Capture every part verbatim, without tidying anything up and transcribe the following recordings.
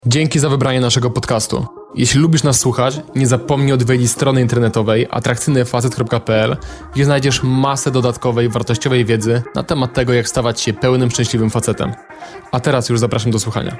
Dzięki za wybranie naszego podcastu. Jeśli lubisz nas słuchać, nie zapomnij odwiedzić strony internetowej atrakcyjny facet kropka p l, gdzie znajdziesz masę dodatkowej, wartościowej wiedzy na temat tego, jak stawać się pełnym, szczęśliwym facetem. A teraz już zapraszam do słuchania.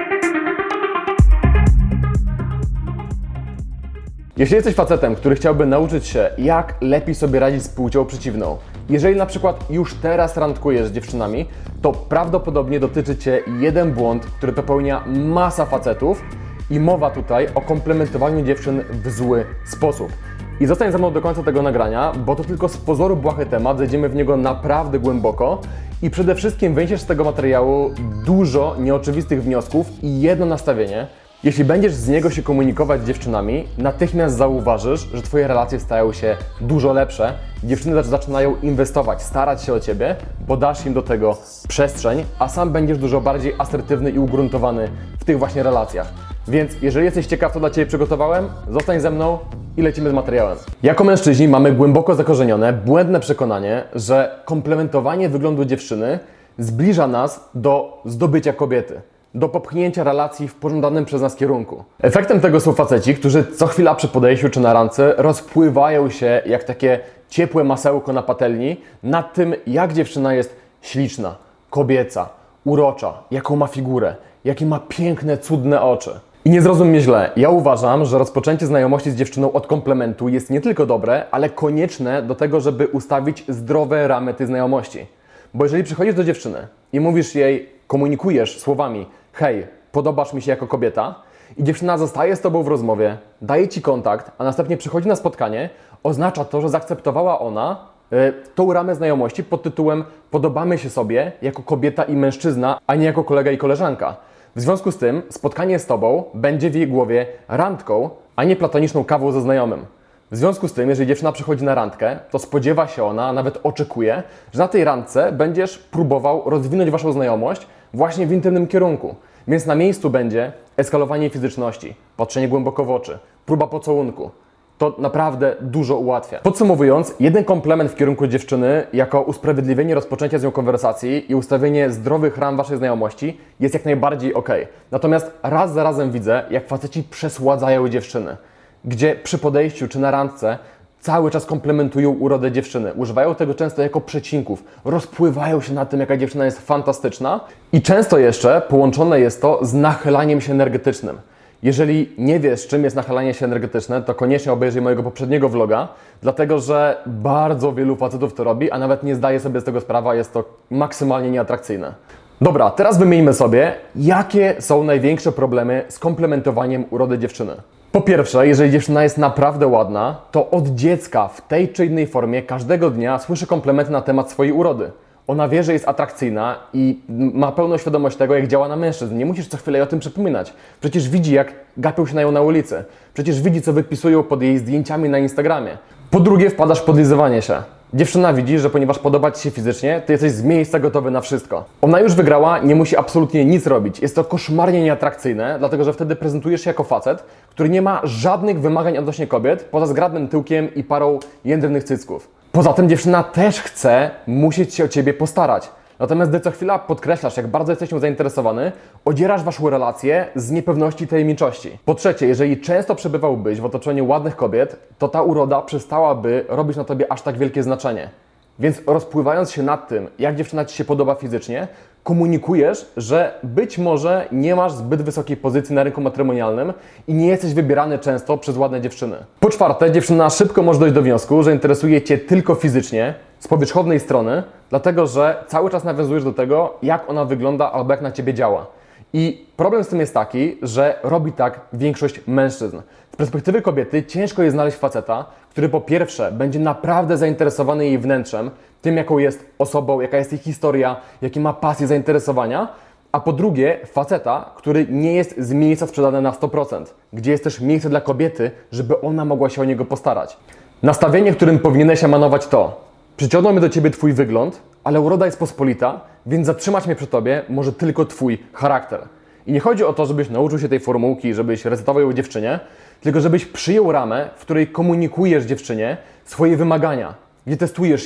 Jeśli jesteś facetem, który chciałby nauczyć się, jak lepiej sobie radzić z płcią przeciwną, jeżeli na przykład już teraz randkujesz z dziewczynami, to prawdopodobnie dotyczy Cię jeden błąd, który popełnia masa facetów i mowa tutaj o komplementowaniu dziewczyn w zły sposób. I zostań ze mną do końca tego nagrania, bo to tylko z pozoru błahy temat, zejdziemy w niego naprawdę głęboko i przede wszystkim wyniesiesz z tego materiału dużo nieoczywistych wniosków i jedno nastawienie. Jeśli będziesz z niego się komunikować z dziewczynami, natychmiast zauważysz, że Twoje relacje stają się dużo lepsze. Dziewczyny zaczynają inwestować, starać się o Ciebie, bo dasz im do tego przestrzeń, a sam będziesz dużo bardziej asertywny i ugruntowany w tych właśnie relacjach. Więc jeżeli jesteś ciekaw, co dla Ciebie przygotowałem, zostań ze mną i lecimy z materiałem. Jako mężczyźni mamy głęboko zakorzenione, błędne przekonanie, że komplementowanie wyglądu dziewczyny zbliża nas do zdobycia kobiety, do popchnięcia relacji w pożądanym przez nas kierunku. Efektem tego są faceci, którzy co chwila przy podejściu czy na randce rozpływają się jak takie ciepłe masełko na patelni nad tym, jak dziewczyna jest śliczna, kobieca, urocza, jaką ma figurę, jakie ma piękne, cudne oczy. I nie zrozum mnie źle, ja uważam, że rozpoczęcie znajomości z dziewczyną od komplementu jest nie tylko dobre, ale konieczne do tego, żeby ustawić zdrowe ramy tej znajomości. Bo jeżeli przychodzisz do dziewczyny i mówisz jej, komunikujesz słowami: hej, podobasz mi się jako kobieta, i dziewczyna zostaje z Tobą w rozmowie, daje Ci kontakt, a następnie przychodzi na spotkanie, oznacza to, że zaakceptowała ona y, tą ramę znajomości pod tytułem podobamy się sobie jako kobieta i mężczyzna, a nie jako kolega i koleżanka. W związku z tym spotkanie z Tobą będzie w jej głowie randką, a nie platoniczną kawą ze znajomym. W związku z tym, jeżeli dziewczyna przychodzi na randkę, to spodziewa się ona, a nawet oczekuje, że na tej randce będziesz próbował rozwinąć Waszą znajomość właśnie w intymnym kierunku. Więc na miejscu będzie eskalowanie fizyczności, patrzenie głęboko w oczy, próba pocałunku. To naprawdę dużo ułatwia. Podsumowując, jeden komplement w kierunku dziewczyny jako usprawiedliwienie rozpoczęcia z nią konwersacji i ustawienie zdrowych ram Waszej znajomości jest jak najbardziej ok. Natomiast raz za razem widzę, jak faceci przesładzają dziewczyny, gdzie przy podejściu czy na randce cały czas komplementują urodę dziewczyny. Używają tego często jako przecinków. Rozpływają się na tym, jaka dziewczyna jest fantastyczna. I często jeszcze połączone jest to z nachylaniem się energetycznym. Jeżeli nie wiesz, czym jest nachylanie się energetyczne, to koniecznie obejrzyj mojego poprzedniego vloga, dlatego że bardzo wielu facetów to robi, a nawet nie zdaje sobie z tego sprawy, jest to maksymalnie nieatrakcyjne. Dobra, teraz wymieńmy sobie, jakie są największe problemy z komplementowaniem urody dziewczyny. Po pierwsze, jeżeli dziewczyna jest naprawdę ładna, to od dziecka w tej czy innej formie każdego dnia słyszy komplementy na temat swojej urody. Ona wie, że jest atrakcyjna i ma pełną świadomość tego, jak działa na mężczyzn. Nie musisz co chwilę jej o tym przypominać. Przecież widzi, jak gapią się na nią na ulicy. Przecież widzi, co wypisują pod jej zdjęciami na Instagramie. Po drugie, wpadasz w podlizywanie się. Dziewczyna widzi, że ponieważ podoba Ci się fizycznie, Ty jesteś z miejsca gotowy na wszystko. Ona już wygrała, nie musi absolutnie nic robić. Jest to koszmarnie nieatrakcyjne, dlatego że wtedy prezentujesz się jako facet, który nie ma żadnych wymagań odnośnie kobiet, poza zgrabnym tyłkiem i parą jędrnych cycków. Poza tym dziewczyna też chce musieć się o Ciebie postarać. Natomiast gdy co chwila podkreślasz, jak bardzo jesteś nią zainteresowany, odzierasz Waszą relację z niepewności i tajemniczości. Po trzecie, jeżeli często przebywałbyś w otoczeniu ładnych kobiet, to ta uroda przestałaby robić na Tobie aż tak wielkie znaczenie. Więc rozpływając się nad tym, jak dziewczyna Ci się podoba fizycznie, komunikujesz, że być może nie masz zbyt wysokiej pozycji na rynku matrymonialnym i nie jesteś wybierany często przez ładne dziewczyny. Po czwarte, dziewczyna szybko może dojść do wniosku, że interesuje Cię tylko fizycznie, z powierzchownej strony, dlatego że cały czas nawiązujesz do tego, jak ona wygląda albo jak na Ciebie działa. I problem z tym jest taki, że robi tak większość mężczyzn. Z perspektywy kobiety ciężko jest znaleźć faceta, który po pierwsze będzie naprawdę zainteresowany jej wnętrzem, tym jaką jest osobą, jaka jest jej historia, jakie ma pasje, zainteresowania, a po drugie faceta, który nie jest z miejsca sprzedany na sto procent, gdzie jest też miejsce dla kobiety, żeby ona mogła się o niego postarać. Nastawienie, którym powinieneś emanować to: przyciągnął mnie do Ciebie Twój wygląd, ale uroda jest pospolita, więc zatrzymać mnie przy Tobie może tylko Twój charakter. I nie chodzi o to, żebyś nauczył się tej formułki, żebyś recytował ją dziewczynie, tylko żebyś przyjął ramę, w której komunikujesz dziewczynie swoje wymagania, gdzie testujesz ją.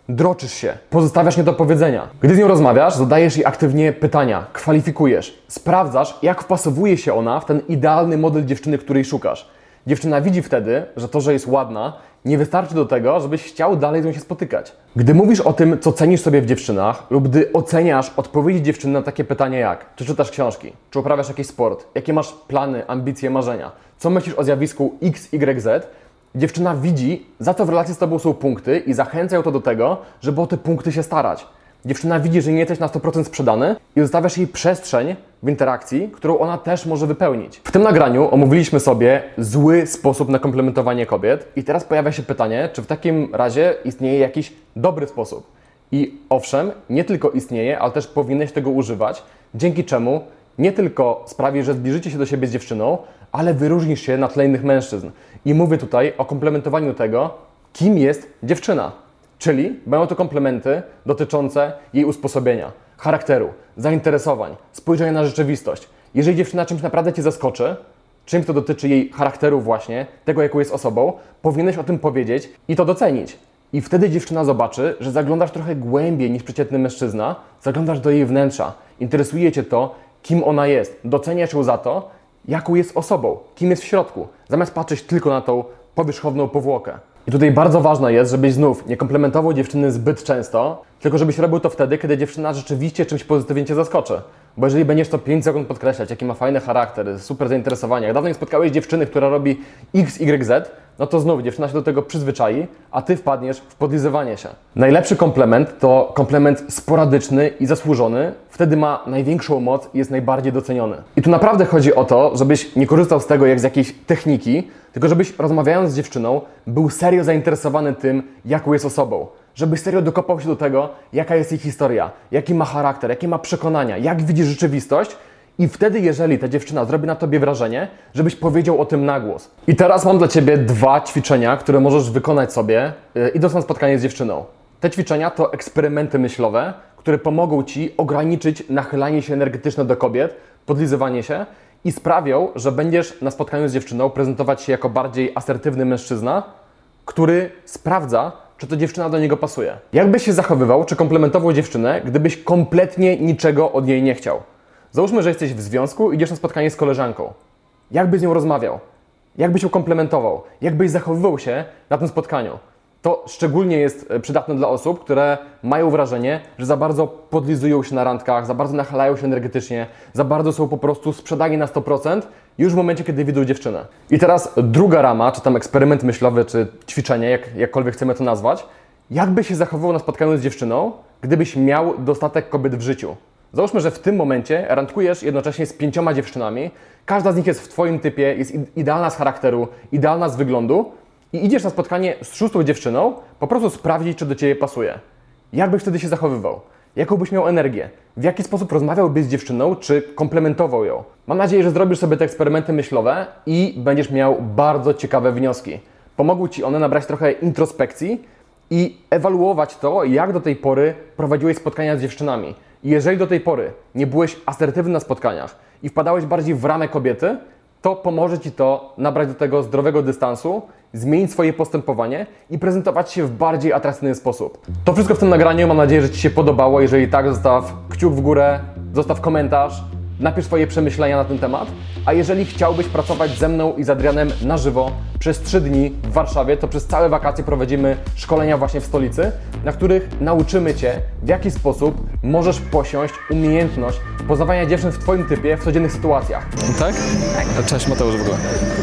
droczysz się, pozostawiasz niedopowiedzenia. Gdy z nią rozmawiasz, zadajesz jej aktywnie pytania, kwalifikujesz, sprawdzasz, jak wpasowuje się ona w ten idealny model dziewczyny, której szukasz. Dziewczyna widzi wtedy, że to, że jest ładna, nie wystarczy do tego, żebyś chciał dalej z nią się spotykać. Gdy mówisz o tym, co cenisz sobie w dziewczynach lub gdy oceniasz odpowiedzi dziewczyny na takie pytania jak: czy czytasz książki, czy uprawiasz jakiś sport, jakie masz plany, ambicje, marzenia, co myślisz o zjawisku X Y Z, dziewczyna widzi, za co w relacji z Tobą są punkty i zachęca ją to do tego, żeby o te punkty się starać. Dziewczyna widzi, że nie jesteś na sto procent sprzedany i zostawiasz jej przestrzeń w interakcji, którą ona też może wypełnić. W tym nagraniu omówiliśmy sobie zły sposób na komplementowanie kobiet i teraz pojawia się pytanie, czy w takim razie istnieje jakiś dobry sposób. I owszem, nie tylko istnieje, ale też powinieneś tego używać, dzięki czemu nie tylko sprawi, że zbliżycie się do siebie z dziewczyną, ale wyróżnisz się na tle innych mężczyzn. I mówię tutaj o komplementowaniu tego, kim jest dziewczyna. Czyli będą to komplementy dotyczące jej usposobienia, charakteru, zainteresowań, spojrzenia na rzeczywistość. Jeżeli dziewczyna czymś naprawdę Cię zaskoczy, czymś to dotyczy jej charakteru właśnie, tego jaką jest osobą, powinieneś o tym powiedzieć i to docenić. I wtedy dziewczyna zobaczy, że zaglądasz trochę głębiej niż przeciętny mężczyzna, zaglądasz do jej wnętrza, interesuje Cię to, kim ona jest, doceniasz ją za to, jaką jest osobą, kim jest w środku, zamiast patrzeć tylko na tą powierzchowną powłokę. I tutaj bardzo ważne jest, żebyś znów nie komplementował dziewczyny zbyt często, tylko żebyś robił to wtedy, kiedy dziewczyna rzeczywiście czymś pozytywnie Cię zaskoczy. Bo jeżeli będziesz to pięć sekund podkreślać, jaki ma fajny charakter, super zainteresowanie, jak dawno nie spotkałeś dziewczyny, która robi X Y Z, no to znów dziewczyna się do tego przyzwyczai, a Ty wpadniesz w podlizywanie się. Najlepszy komplement to komplement sporadyczny i zasłużony, wtedy ma największą moc i jest najbardziej doceniony. I tu naprawdę chodzi o to, żebyś nie korzystał z tego jak z jakiejś techniki, tylko żebyś rozmawiając z dziewczyną był serio zainteresowany tym, jaką jest osobą. Żebyś serio dokopał się do tego, jaka jest jej historia, jaki ma charakter, jakie ma przekonania, jak widzi rzeczywistość. I wtedy, jeżeli ta dziewczyna zrobi na Tobie wrażenie, żebyś powiedział o tym na głos. I teraz mam dla Ciebie dwa ćwiczenia, które możesz wykonać sobie, yy, idąc na spotkanie z dziewczyną. Te ćwiczenia to eksperymenty myślowe, które pomogą Ci ograniczyć nachylanie się energetyczne do kobiet, podlizywanie się i sprawią, że będziesz na spotkaniu z dziewczyną prezentować się jako bardziej asertywny mężczyzna, który sprawdza, czy to dziewczyna do niego pasuje. Jak byś się zachowywał, czy komplementował dziewczynę, gdybyś kompletnie niczego od niej nie chciał? Załóżmy, że jesteś w związku i idziesz na spotkanie z koleżanką. Jak byś z nią rozmawiał? Jak byś ją komplementował? Jak byś zachowywał się na tym spotkaniu? To szczególnie jest przydatne dla osób, które mają wrażenie, że za bardzo podlizują się na randkach, za bardzo nachylają się energetycznie, za bardzo są po prostu sprzedani na sto procent już w momencie, kiedy widzą dziewczynę. I teraz druga rama, czy tam eksperyment myślowy, czy ćwiczenie, jak, jakkolwiek chcemy to nazwać. Jak byś się zachowywał na spotkaniu z dziewczyną, gdybyś miał dostatek kobiet w życiu? Załóżmy, że w tym momencie randkujesz jednocześnie z pięcioma dziewczynami, każda z nich jest w Twoim typie, jest idealna z charakteru, idealna z wyglądu i idziesz na spotkanie z szóstą dziewczyną, po prostu sprawdzić, czy do Ciebie pasuje. Jak byś wtedy się zachowywał? Jaką byś miał energię? W jaki sposób rozmawiałbyś z dziewczyną, czy komplementował ją? Mam nadzieję, że zrobisz sobie te eksperymenty myślowe i będziesz miał bardzo ciekawe wnioski. Pomogą Ci one nabrać trochę introspekcji i ewaluować to, jak do tej pory prowadziłeś spotkania z dziewczynami. I jeżeli do tej pory nie byłeś asertywny na spotkaniach i wpadałeś bardziej w ramę kobiety, to pomoże Ci to nabrać do tego zdrowego dystansu, zmienić swoje postępowanie i prezentować się w bardziej atrakcyjny sposób. To wszystko w tym nagraniu. Mam nadzieję, że Ci się podobało. Jeżeli tak, zostaw kciuk w górę, zostaw komentarz, napisz swoje przemyślenia na ten temat. A jeżeli chciałbyś pracować ze mną i z Adrianem na żywo przez trzy dni w Warszawie, to przez całe wakacje prowadzimy szkolenia właśnie w stolicy, na których nauczymy Cię, w jaki sposób możesz posiąść umiejętność poznawania dziewczyn w Twoim typie w codziennych sytuacjach. Tak? Tak. Cześć Mateusz w ogóle.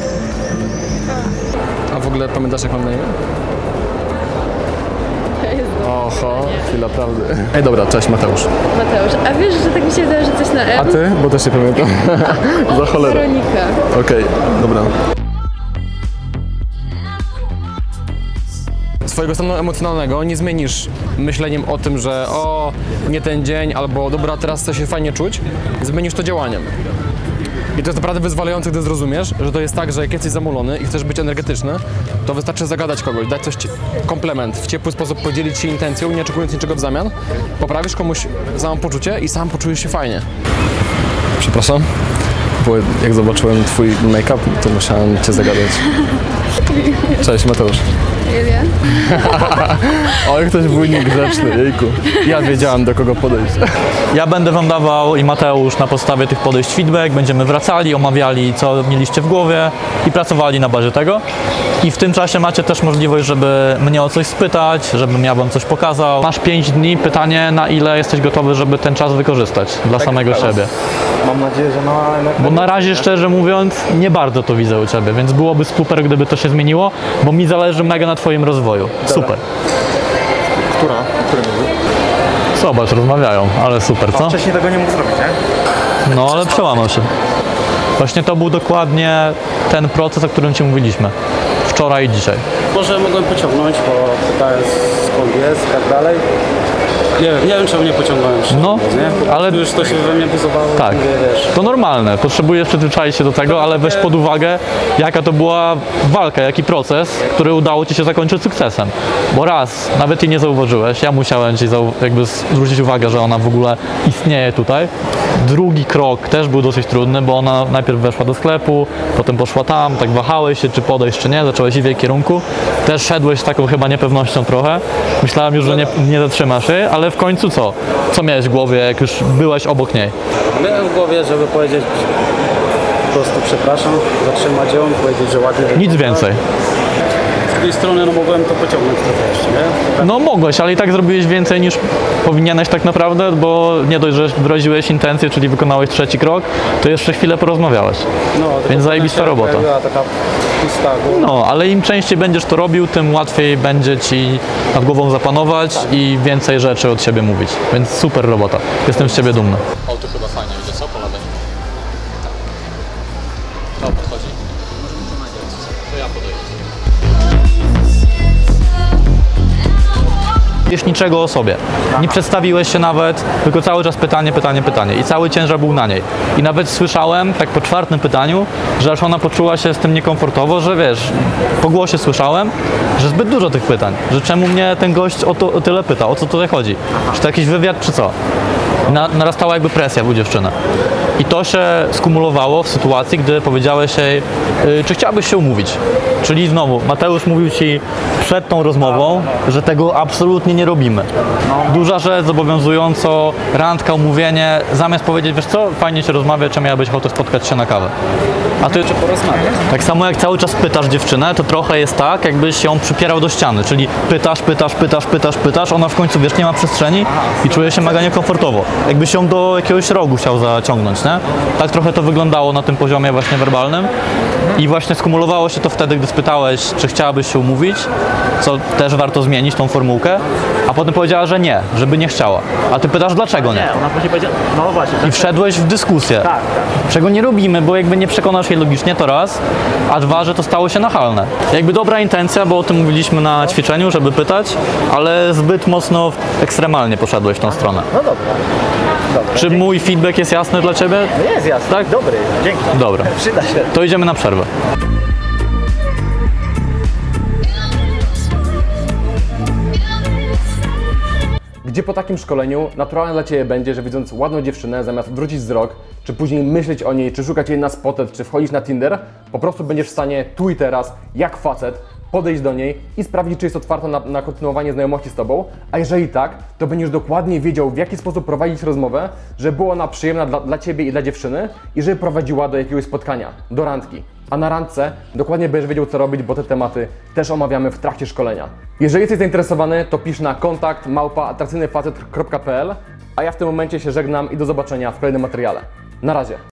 A w ogóle pamiętasz, jak mam na imię? Oho, chwila prawdy. Ej, dobra, cześć Mateusz. Mateusz, a wiesz, że tak mi się wydaje, że coś na M? A ty? Bo też nie pamiętam. Za cholerę. Weronika. Okej, okay, dobra. Swojego stanu emocjonalnego nie zmienisz myśleniem o tym, że o, nie ten dzień, albo dobra, teraz chcę się fajnie czuć. Zmienisz to działaniem. I to jest naprawdę wyzwalające, gdy zrozumiesz, że to jest tak, że jak jesteś zamulony i chcesz być energetyczny, to wystarczy zagadać kogoś, dać coś, komplement, w ciepły sposób podzielić się intencją, nie oczekując niczego w zamian, poprawisz komuś samopoczucie i sam poczujesz się fajnie. Przepraszam, bo jak zobaczyłem twój make-up, to musiałem cię zagadać. Cześć Mateusz. Ilia. Ale ktoś był niegrzeczny, jejku. Ja wiedziałem, do kogo podejść. Ja będę wam dawał i Mateusz na podstawie tych podejść feedback, będziemy wracali, omawiali co mieliście w głowie i pracowali na bazie tego. I w tym czasie macie też możliwość, żeby mnie o coś spytać, żebym ja wam coś pokazał. Masz pięć dni, pytanie na ile jesteś gotowy, żeby ten czas wykorzystać dla samego siebie. Mam nadzieję, że na... Bo na razie, szczerze mówiąc, nie bardzo to widzę u ciebie, więc byłoby super, gdyby to się zmieniło, bo mi zależy mega na twoim rozwoju. Super. Która? Który mówi? Zobacz, rozmawiają, ale super, co? Wcześniej tego nie mógł zrobić, nie? No, ale przełamał się. Właśnie to był dokładnie ten proces, o którym ci mówiliśmy. Wczoraj i dzisiaj. Może mogłem pociągnąć, bo pytałem skąd jest i tak dalej. Nie wiem, nie wiem czemu nie pociągnąłem. No, nie? ale- Już to się we mnie buzowało. Tak, Mówię, wiesz. to normalne. Potrzebujesz przyzwyczaić się do tego, ale weź pod uwagę, jaka to była walka, jaki proces, który udało ci się zakończyć sukcesem. Bo raz, nawet jej nie zauważyłeś, ja musiałem ci zau- jakby zwrócić uwagę, że ona w ogóle istnieje tutaj. Drugi krok też był dosyć trudny, bo ona najpierw weszła do sklepu, potem poszła tam, tak wahałeś się, czy podejść, czy nie, zacząłeś iść w jej kierunku. Też szedłeś z taką chyba niepewnością trochę. Myślałem już, że nie, nie zatrzymasz jej, ale w końcu co? Co miałeś w głowie, jak już byłeś obok niej? Miałem w głowie, żeby powiedzieć po prostu przepraszam, zatrzymać ją, powiedzieć, że ładnie Nic wygląda. więcej. Z drugiej strony no mogłem to pociągnąć trochę jeszcze, nie? No mogłeś, ale i tak zrobiłeś więcej niż powinieneś tak naprawdę, bo nie dość, że wyraziłeś intencję, czyli wykonałeś trzeci krok, to jeszcze chwilę porozmawiałeś. No, tylko Więc zajebista potem się robota. pojawiła taka pusta głowa. No, ale im częściej będziesz to robił, tym łatwiej będzie ci nad głową zapanować i więcej rzeczy od siebie mówić. Więc super robota. Jestem z ciebie dumny. O, tu chyba fajnie idzie, co? Po lewej. To podchodzi. To ja podejdę. Wiesz niczego o sobie. Nie przedstawiłeś się nawet, tylko cały czas pytanie, pytanie, pytanie. I cały ciężar był na niej. I nawet słyszałem, tak po czwartym pytaniu, że aż ona poczuła się z tym niekomfortowo, że wiesz, po głosie słyszałem, że zbyt dużo tych pytań. Że czemu mnie ten gość o, to, o tyle pyta, o co tutaj chodzi? Czy to jakiś wywiad, czy co? Na, narastała jakby presja w dziewczynę. I to się skumulowało w sytuacji, gdy powiedziałeś jej, y, czy chciałabyś się umówić. Czyli znowu, Mateusz mówił ci przed tą rozmową, że tego absolutnie nie robimy. Duża rzecz, zobowiązująco, randka, umówienie, zamiast powiedzieć, wiesz co, fajnie się rozmawia, czy miałabyś ochotę spotkać się na kawę. A ty porozmawiać. Tak samo jak cały czas pytasz dziewczynę, to trochę jest tak, jakbyś ją przypierał do ściany, czyli pytasz, pytasz, pytasz, pytasz, pytasz, ona w końcu, wiesz, nie ma przestrzeni i czuje się mega niekomfortowo. Jakbyś ją do jakiegoś rogu chciał zaciągnąć, nie? Tak trochę to wyglądało na tym poziomie właśnie werbalnym i właśnie skumulowało się to wtedy, gdy spytałeś, czy chciałabyś się umówić, co też warto zmienić tą formułkę, a potem powiedziała, że nie, żeby nie chciała. A ty pytasz, dlaczego nie? Ona później powiedziała, no właśnie. I wszedłeś w dyskusję. Tak, tak. Czego nie robimy, bo jakby nie przekonasz jej logicznie, to raz, a dwa, że to stało się nachalne. Jakby dobra intencja, bo o tym mówiliśmy na ćwiczeniu, żeby pytać, ale zbyt mocno ekstremalnie poszedłeś w tą stronę. No dobra. Dobra. Czy mój feedback jest jasny dla ciebie? No jest jasne. Tak? Dobry, dzięki. Dobra. Przyda się. To idziemy na przerwę. Gdzie po takim szkoleniu naturalne dla Ciebie będzie, że widząc ładną dziewczynę, zamiast odwrócić wzrok, czy później myśleć o niej, czy szukać jej na Spotted, czy wchodzić na Tinder, po prostu będziesz w stanie tu i teraz, jak facet, podejść do niej i sprawdzić, czy jest otwarta na, na kontynuowanie znajomości z Tobą, a jeżeli tak, to będziesz dokładnie wiedział, w jaki sposób prowadzić rozmowę, żeby była ona przyjemna dla, dla Ciebie i dla dziewczyny i żeby prowadziła do jakiegoś spotkania, do randki. A na randce dokładnie będziesz wiedział, co robić, bo te tematy też omawiamy w trakcie szkolenia. Jeżeli jesteś zainteresowany, to pisz na kontakt małpa atrakcyjny facet kropka p l, a ja w tym momencie się żegnam i do zobaczenia w kolejnym materiale. Na razie.